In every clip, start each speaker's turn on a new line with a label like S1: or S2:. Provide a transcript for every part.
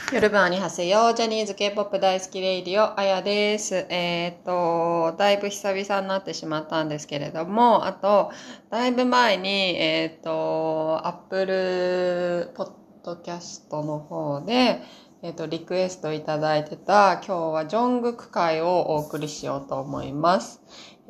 S1: 여러분 안녕하세요。ジャニーズ K-POP 大好きレイディオ、あやです。だいぶ久々になってしまったんですけれども、あと、だいぶ前に、Apple Podcast の方で、リクエストいただいてた、今日はジョングク会をお送りしようと思います。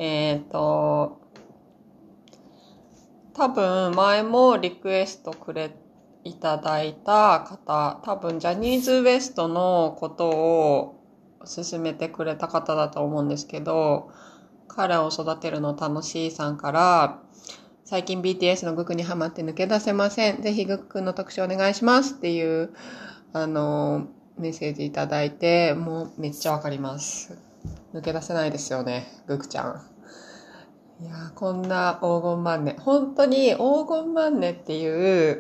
S1: 多分前もリクエストいただいた方、多分ジャニーズ WEST のことを勧めてくれた方だと思うんですけど、彼を育てるの楽しいさんから、最近 BTS のグクにハマって抜け出せません。ぜひグクの特集お願いしますっていう、メッセージいただいて、もうめっちゃわかります。抜け出せないですよね、グクちゃん。いやー、こんな黄金万年。本当に黄金万年っていう、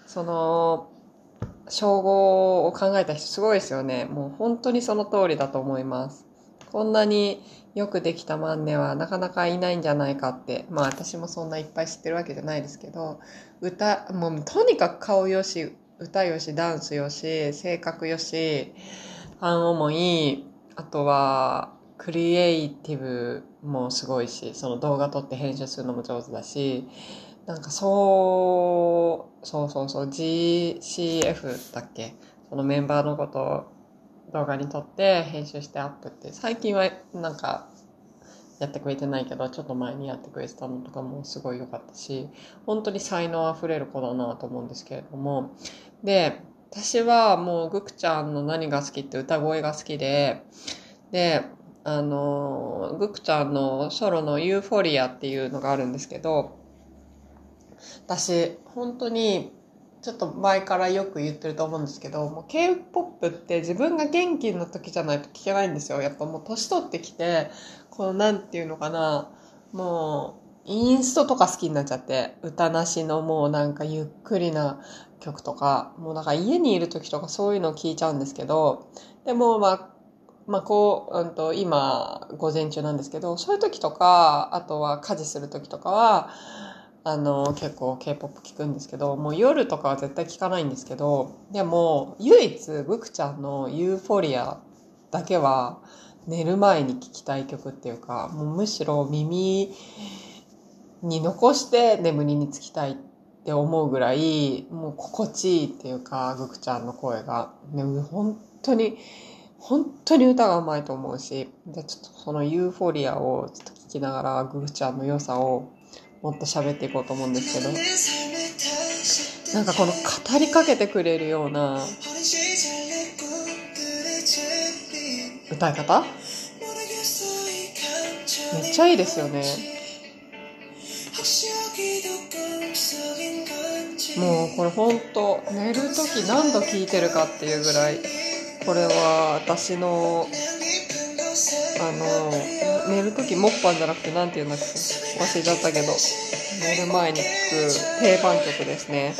S1: 称号を考えた人すごいですよね。もう本当にその通りだと思います。こんなによくできた万年はなかなかいないんじゃないかって。まあ私もそんないっぱい知ってるわけじゃないですけど、もうとにかく顔よし、歌よし、ダンスよし、性格よし、ファン思い、あとは、クリエイティブもすごいし、その動画撮って編集するのも上手だし、なんかGCF だっけ、そのメンバーのことを動画に撮って編集してアップって、最近はなんかやってくれてないけど、ちょっと前にやってくれてたのとかもすごい良かったし、本当に才能あふれる子だなと思うんですけれども。で、私はもうグクちゃんの何が好きって歌声が好きで、グクちゃんのソロのユーフォリアっていうのがあるんですけど、私、本当に、ちょっと前からよく言ってると思うんですけど、もう K-POP って自分が元気な時じゃないと聞けないんですよ。やっぱもう年取ってきて、このなんていうのかな、もう、インストとか好きになっちゃって、歌なしのもうなんかゆっくりな曲とか、もうなんか家にいる時とかそういうのを聞いちゃうんですけど、でも今、午前中なんですけど、そういう時とか、あとは家事する時とかは、結構 K-POP 聞くんですけど、もう夜とかは絶対聞かないんですけど、でも、唯一、ブクちゃんのユーフォリアだけは、寝る前に聞きたい曲っていうか、もうむしろ耳に残して眠りにつきたいって思うぐらい、もう心地いいっていうか、ブクちゃんの声が。でも本当に歌が上手いと思うし、で、ちょっとそのユーフォリアをちょっと聞きながら、グクちゃんの良さをもっと喋っていこうと思うんですけど、なんかこの語りかけてくれるような歌い方めっちゃいいですよね。もうこれほんと寝るとき何度聴いてるかっていうぐらい、これは私の寝るときモッパンじゃなくてなんて言うんだっけ、忘れちゃったけど、寝る前に聴く定番曲ですね。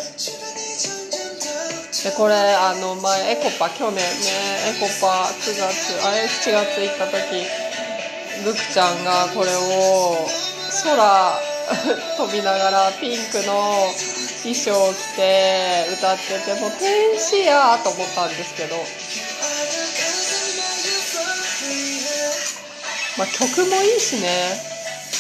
S1: で、これ、前、去年ね、エコパ7月行った時、グクちゃんがこれを、空飛びながらピンクの衣装を着て歌ってて、もう天使やと思ったんですけど、まあ曲もいいしね。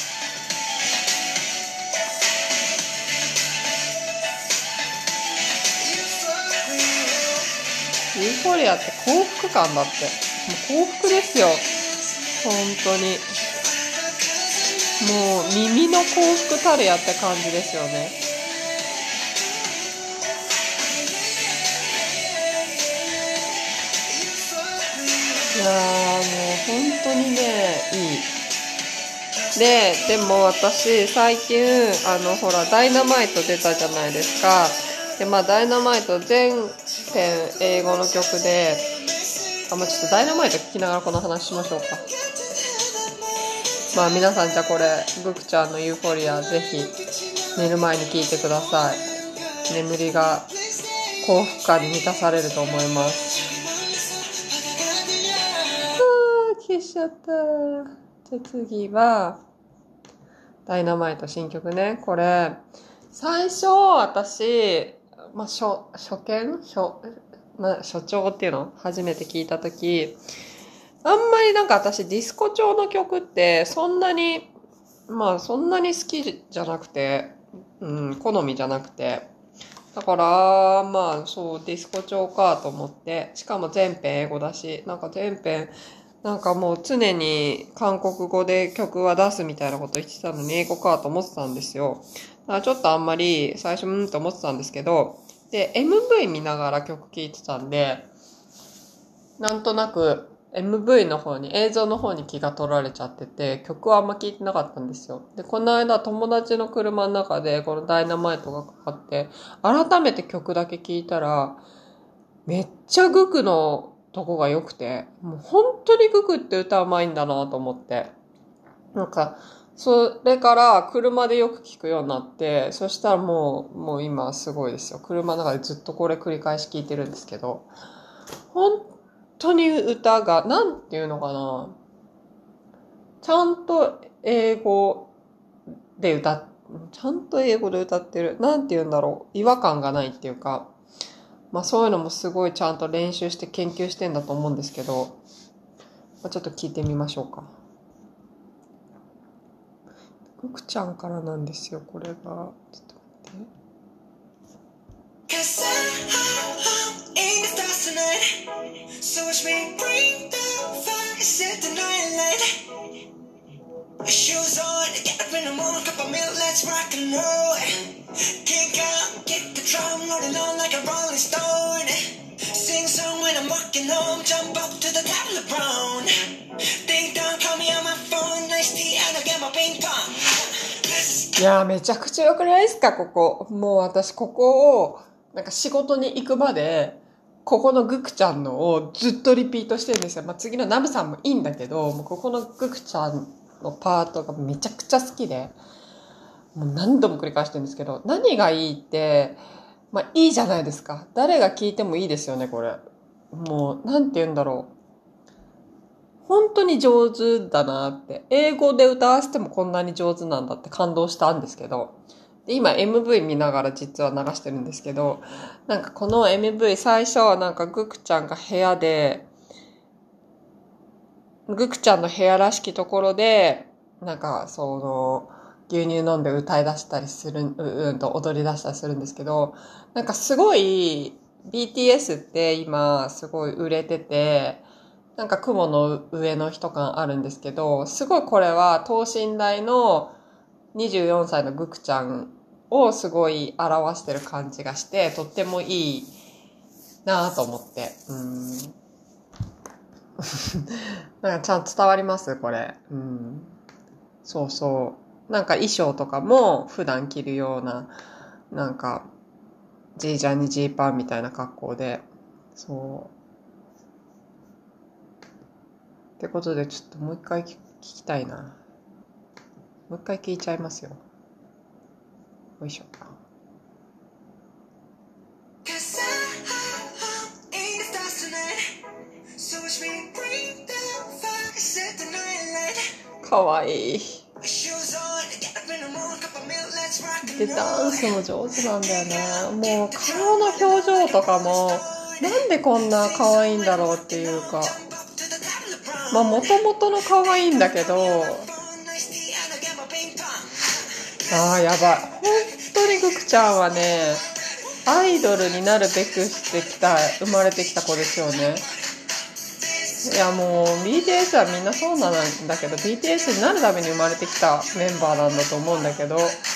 S1: ユーフォリアって幸福感だって。もう幸福ですよ。本当に。もう耳の幸福たるやって感じですよね。いやーもう本当にね、いい。でも私最近、ほら、ダイナマイト出たじゃないですか。で、まあ、ダイナマイト全編英語の曲で、ちょっとダイナマイト聞きながらこの話しましょうか。まあ皆さんじゃあこれ、グクちゃんのユーフォリアぜひ寝る前に聞いてください。眠りが幸福感に満たされると思います。消しちゃった。じゃあ次は、ダイナマイト新曲ね。これ、最初私、まあ、 所長っていうの初めて聞いたとき、あんまりなんか私ディスコ調の曲ってそんなに好きじゃなくて、好みじゃなくて。だから、ディスコ調かと思って、しかも全編英語だし、なんかもう常に韓国語で曲は出すみたいなこと言ってたのに英語かと思ってたんですよ。だからちょっとあんまり最初と思ってたんですけど、で、MV 見ながら曲聴いてたんで、なんとなく MV の方に、映像の方に気が取られちゃってて、曲はあんま聴いてなかったんですよ。で、この間友達の車の中でこのダイナマイトがかかって、改めて曲だけ聴いたら、めっちゃグクのとこが良くて、もう本当にグクって歌うまいんだなと思って。なんか、それから車でよく聞くようになって、そしたらもう今すごいですよ。車の中でずっとこれ繰り返し聞いてるんですけど、本当に歌が、なんていうのかな。ちゃんと英語で歌ってる。なんていうんだろう。違和感がないっていうか、そういうのもすごいちゃんと練習して研究してんだと思うんですけど、ちょっと聞いてみましょうか。グクちゃんからなんですよ、これが。ちょっと待って。Shoes on, get up in the morning, cup of milk, let's rock and roll. Kick out, kick the drum, rolling on like a rolling stone. Sing song when I'm walking home, jump up to the top of the brown. Ding dong, call me on my phone, nice tea, and I'll get my ping pong. いやー、めちゃくちゃ良くないですか、ここ。もう私、ここを、なんか仕事に行くまで、ここのグクちゃんのをずっとリピートしてるんですよ。次のナムさんもいいんだけど、もうここのグクちゃんのパートがめちゃくちゃ好きで、もう何度も繰り返してるんですけど、何がいいって、いいじゃないですか。誰が聞いてもいいですよね、これ。もう、なんて言うんだろう。本当に上手だなって。英語で歌わせてもこんなに上手なんだって感動したんですけど。で、今 MV 見ながら実は流してるんですけど、なんかこの MV 最初はなんかグクちゃんが部屋で、グクちゃんの部屋らしきところで、なんか牛乳飲んで歌い出したりする、踊り出したりするんですけど、なんかすごい BTS って今すごい売れてて、なんか雲の上の人感あるんですけど、すごいこれは等身大の24歳のグクちゃんをすごい表してる感じがして、とってもいいなぁと思って。なんかちゃんと伝わりますこれ。そうそう。なんか衣装とかも普段着るような、なんか、ジージャンにジーパンみたいな格好で。そう。ってことでちょっともう一回聞きたいな。もう一回聞いちゃいますよ。よいしょ。かわいい。で、ダンスも上手なんだよね。もう顔の表情とかも、なんでこんな可愛いんだろうっていうか。もともとの可愛いんだけど、やばい。本当にグクちゃんはね、アイドルになるべくしてきた、生まれてきた子ですよね。いやもう BTS はみんなそうなんだけど、 BTS になるために生まれてきたメンバーなんだと思うんだけど、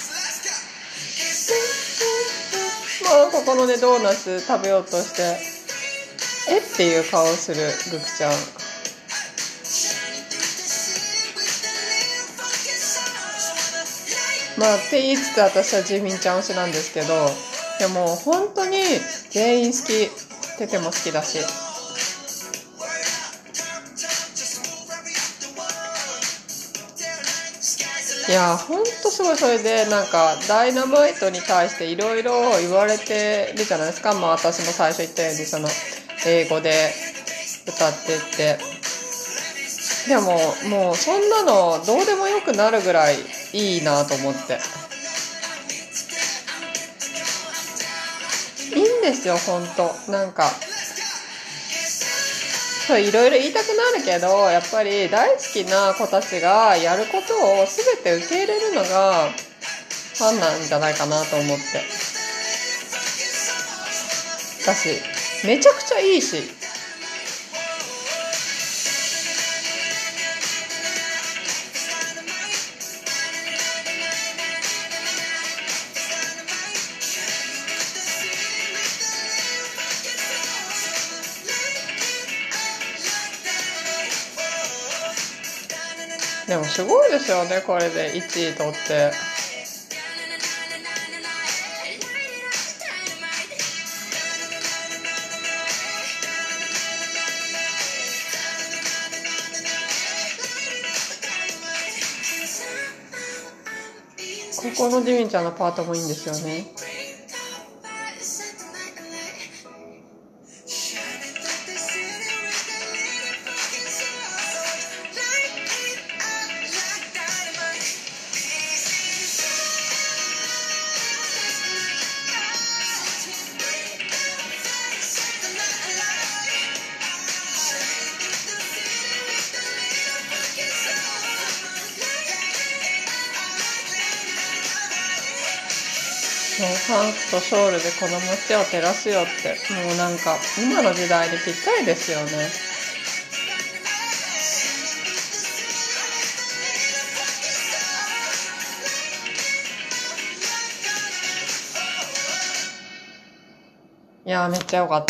S1: ここのねドーナツ食べようとしてっていう顔をするグクちゃん。って言いつつ私はジミンちゃん推しなんですけど、でも本当に全員好き。テテも好きだし。いやほんとすごい。それでなんかダイナマイトに対していろいろ言われてるじゃないですか。私も最初言ったように英語で歌ってって、でももうそんなのどうでもよくなるぐらいいいなと思って。いいんですよほんと。なんかそう、いろいろ言いたくなるけど、やっぱり大好きな子たちがやることを全て受け入れるのがファンなんじゃないかなと思って。だし、めちゃくちゃいいし。でもすごいですよね、これで1位取って。ここのジミンちゃんのパートもいいんですよね。ファンクとソウルでこの街を照らすよって、もうなんか今の時代にぴったりですよね。いやー、めっちゃ良かった。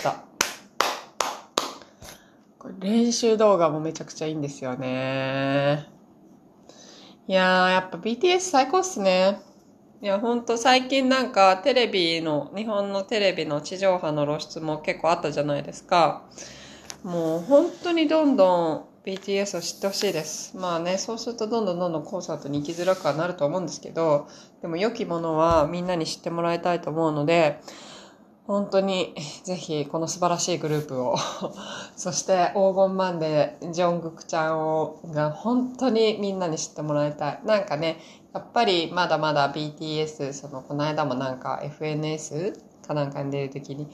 S1: これ練習動画もめちゃくちゃいいんですよね。いやー、やっぱ BTS 最高っすね。いや、ほんと最近なんか日本のテレビの地上波の露出も結構あったじゃないですか。もう本当にどんどん BTS を知ってほしいです。まあね、そうするとどんどんコンサートに行きづらくはなると思うんですけど、でも良きものはみんなに知ってもらいたいと思うので、本当にぜひこの素晴らしいグループをそして黄金マンでジョングクちゃんが本当にみんなに知ってもらいたい。なんかね、やっぱりまだまだ BTS、この間もなんか FNS かなんかに出るときに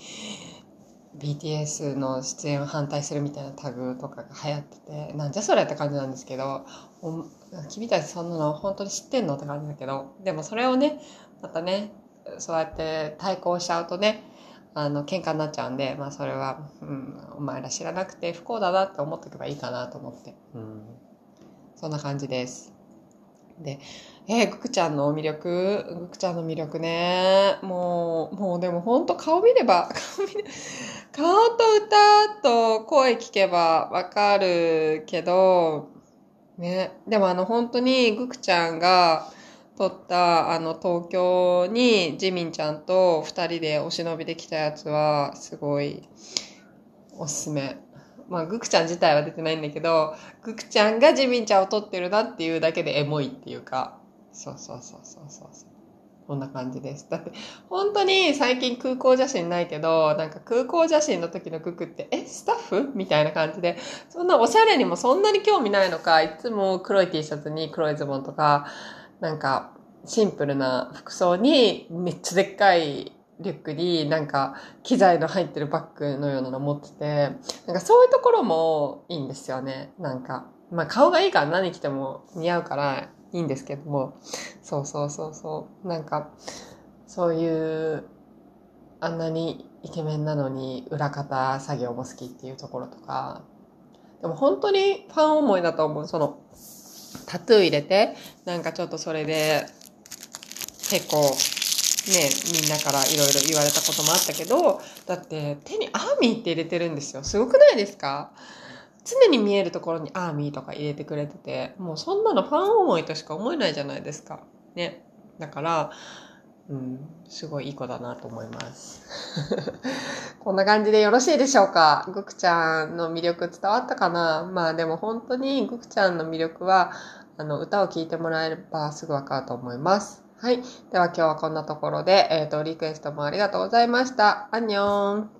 S1: BTS の出演を反対するみたいなタグとかが流行ってて、なんじゃそれって感じなんですけど、君たちそんなの本当に知ってんのって感じだけど、でもそれをね、またね、そうやって対抗しちゃうとね、喧嘩になっちゃうんで、まあそれは、お前ら知らなくて不幸だなって思っておけばいいかなと思って。そんな感じです。で、グクちゃんの魅力ね。もうでも本当顔見れば、顔と歌と声聞けばわかるけど、ね。でも本当にグクちゃんが、撮った東京にジミンちゃんと二人でお忍びできたやつはすごいおすすめ。まあグクちゃん自体は出てないんだけど、グクちゃんがジミンちゃんを撮ってるなっていうだけでエモいっていうか、そう。こんな感じです。だって本当に最近空港写真ないけど、なんか空港写真の時のグクってスタッフみたいな感じで、そんなおしゃれにもそんなに興味ないのか、いつも黒い T シャツに黒いズボンとか、なんか、シンプルな服装に、めっちゃでっかいリュックに、なんか、機材の入ってるバッグのようなの持ってて、なんかそういうところもいいんですよね。なんか、まあ顔がいいから何着ても似合うからいいんですけども、そう。なんか、そういう、あんなにイケメンなのに裏方作業も好きっていうところとか、でも本当にファン思いだと思う。タトゥー入れて、なんかちょっとそれで、結構、ね、みんなからいろいろ言われたこともあったけど、だって手にアーミーって入れてるんですよ。すごくないですか？常に見えるところにアーミーとか入れてくれてて、もうそんなのファン思いとしか思えないじゃないですか。ね。だから、すごいいい子だなと思います。こんな感じでよろしいでしょうか？グクちゃんの魅力伝わったかな？まあでも本当にグクちゃんの魅力は、歌を聴いてもらえればすぐわかると思います。はい。では今日はこんなところで、リクエストもありがとうございました。アンニョン。